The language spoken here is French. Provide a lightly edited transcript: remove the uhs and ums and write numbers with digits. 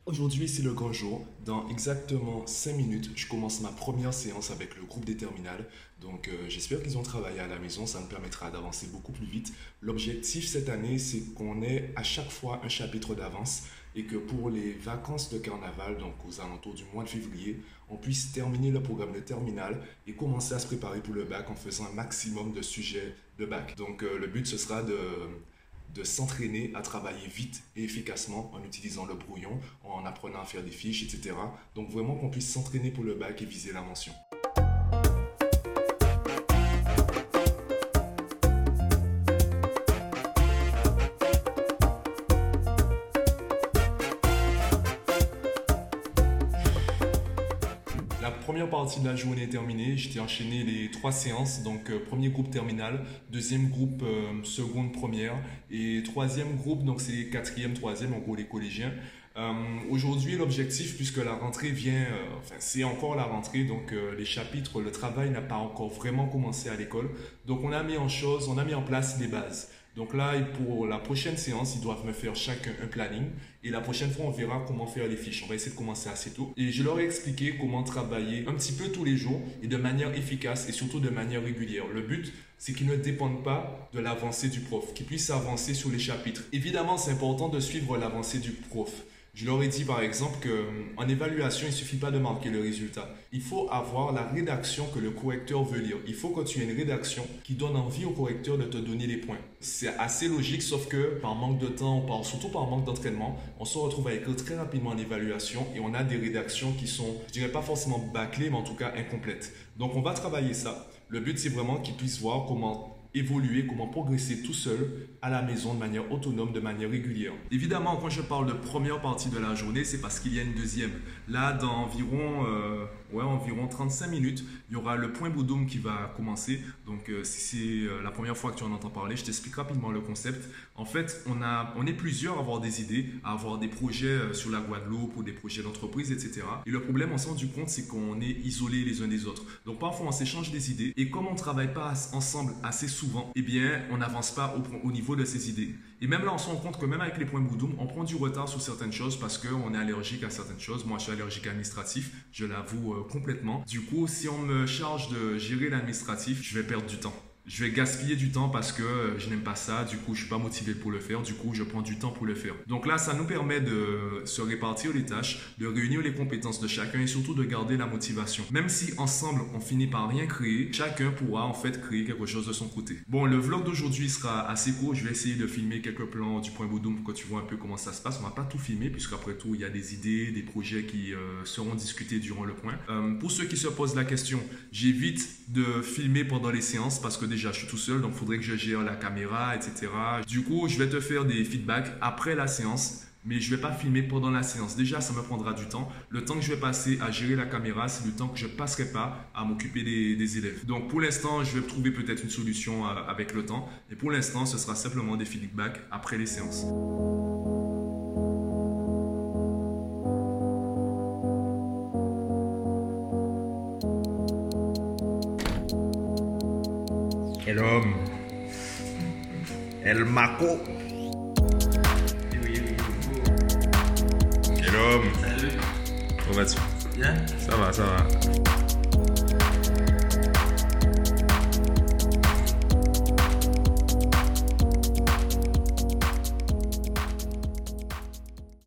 Aujourd'hui, c'est le grand jour. Dans exactement 5 minutes, je commence ma première séance avec le groupe des terminales. Donc, j'espère qu'ils ont travaillé à la maison. Ça me permettra d'avancer beaucoup plus vite. L'objectif cette année, c'est qu'on ait à chaque fois un chapitre d'avance et que pour les vacances de carnaval, donc aux alentours du mois de février, on puisse terminer le programme de terminale et commencer à se préparer pour le bac en faisant un maximum de sujets de bac. Donc, le but, ce sera de s'entraîner à travailler vite et efficacement en utilisant le brouillon, en apprenant à faire des fiches, etc. Donc vraiment qu'on puisse s'entraîner pour le bac et viser la mention. La première partie de la journée est terminée. J'étais enchaîné les 3 séances. Donc, premier groupe terminal, deuxième groupe seconde première et troisième groupe, donc c'est quatrième, troisième, en gros les collégiens. Aujourd'hui, l'objectif, puisque la rentrée vient, enfin c'est encore la rentrée, donc les chapitres, le travail n'a pas encore vraiment commencé à l'école. Donc on a mis en place les bases. Donc là, pour la prochaine séance, ils doivent me faire chacun un planning. Et la prochaine fois, on verra comment faire les fiches. On va essayer de commencer assez tôt. Et je leur ai expliqué comment travailler un petit peu tous les jours et de manière efficace et surtout de manière régulière. Le but, c'est qu'ils ne dépendent pas de l'avancée du prof, qu'ils puissent avancer sur les chapitres. Évidemment, c'est important de suivre l'avancée du prof. Je leur ai dit par exemple qu'en évaluation, il ne suffit pas de marquer le résultat. Il faut avoir la rédaction que le correcteur veut lire. Il faut que tu aies une rédaction qui donne envie au correcteur de te donner les points. C'est assez logique, sauf que par manque de temps, surtout par manque d'entraînement, on se retrouve à écrire très rapidement en évaluation et on a des rédactions qui sont, je dirais pas forcément bâclées, mais en tout cas incomplètes. Donc on va travailler ça. Le but, c'est vraiment qu'ils puissent voir comment évoluer, comment progresser tout seul à la maison de manière autonome, de manière régulière. Évidemment, quand je parle de première partie de la journée, c'est parce qu'il y a une deuxième. Là, dans environ 35 minutes, il y aura le point Boudoum qui va commencer. Donc, si c'est la première fois que tu en entends parler, je t'explique rapidement le concept. En fait, on est plusieurs à avoir des idées, à avoir des projets sur la Guadeloupe ou des projets d'entreprise, etc. Et le problème, on s'est rendu compte, c'est qu'on est isolés les uns des autres. Donc, parfois, on s'échange des idées. Et comme on ne travaille pas ensemble assez souvent, eh bien, on n'avance pas au niveau de ces idées. Et même là, on se rend compte que même avec les points Boudoum, on prend du retard sur certaines choses parce qu'on est allergique à certaines choses. Moi, je suis allergique à l'administratif, je l'avoue complètement. Du coup, si on me charge de gérer l'administratif, je vais perdre du temps. Je vais gaspiller du temps parce que je n'aime pas ça, du coup je ne suis pas motivé pour le faire, du coup je prends du temps pour le faire. Donc là, ça nous permet de se répartir les tâches, de réunir les compétences de chacun et surtout de garder la motivation. Même si ensemble on finit par rien créer, chacun pourra en fait créer quelque chose de son côté. Bon, le vlog d'aujourd'hui sera assez court, je vais essayer de filmer quelques plans du point Boudoum pour que tu vois un peu comment ça se passe. On ne va pas tout filmer puisqu'après tout il y a des idées, des projets qui seront discutés durant le point. Pour ceux qui se posent la question, j'évite de filmer pendant les séances parce que déjà je suis tout seul, donc il faudrait que je gère la caméra, etc. Du coup, je vais te faire des feedbacks après la séance, mais je ne vais pas filmer pendant la séance. Déjà, ça me prendra du temps. Le temps que je vais passer à gérer la caméra, c'est le temps que je ne passerai pas à m'occuper des élèves. Donc pour l'instant, je vais trouver peut-être une solution avec le temps. Et pour l'instant, ce sera simplement des feedbacks après les séances. El homme. El Mako. El homme. Salut. Comment vas-tu? Bien? Ça va, ça va.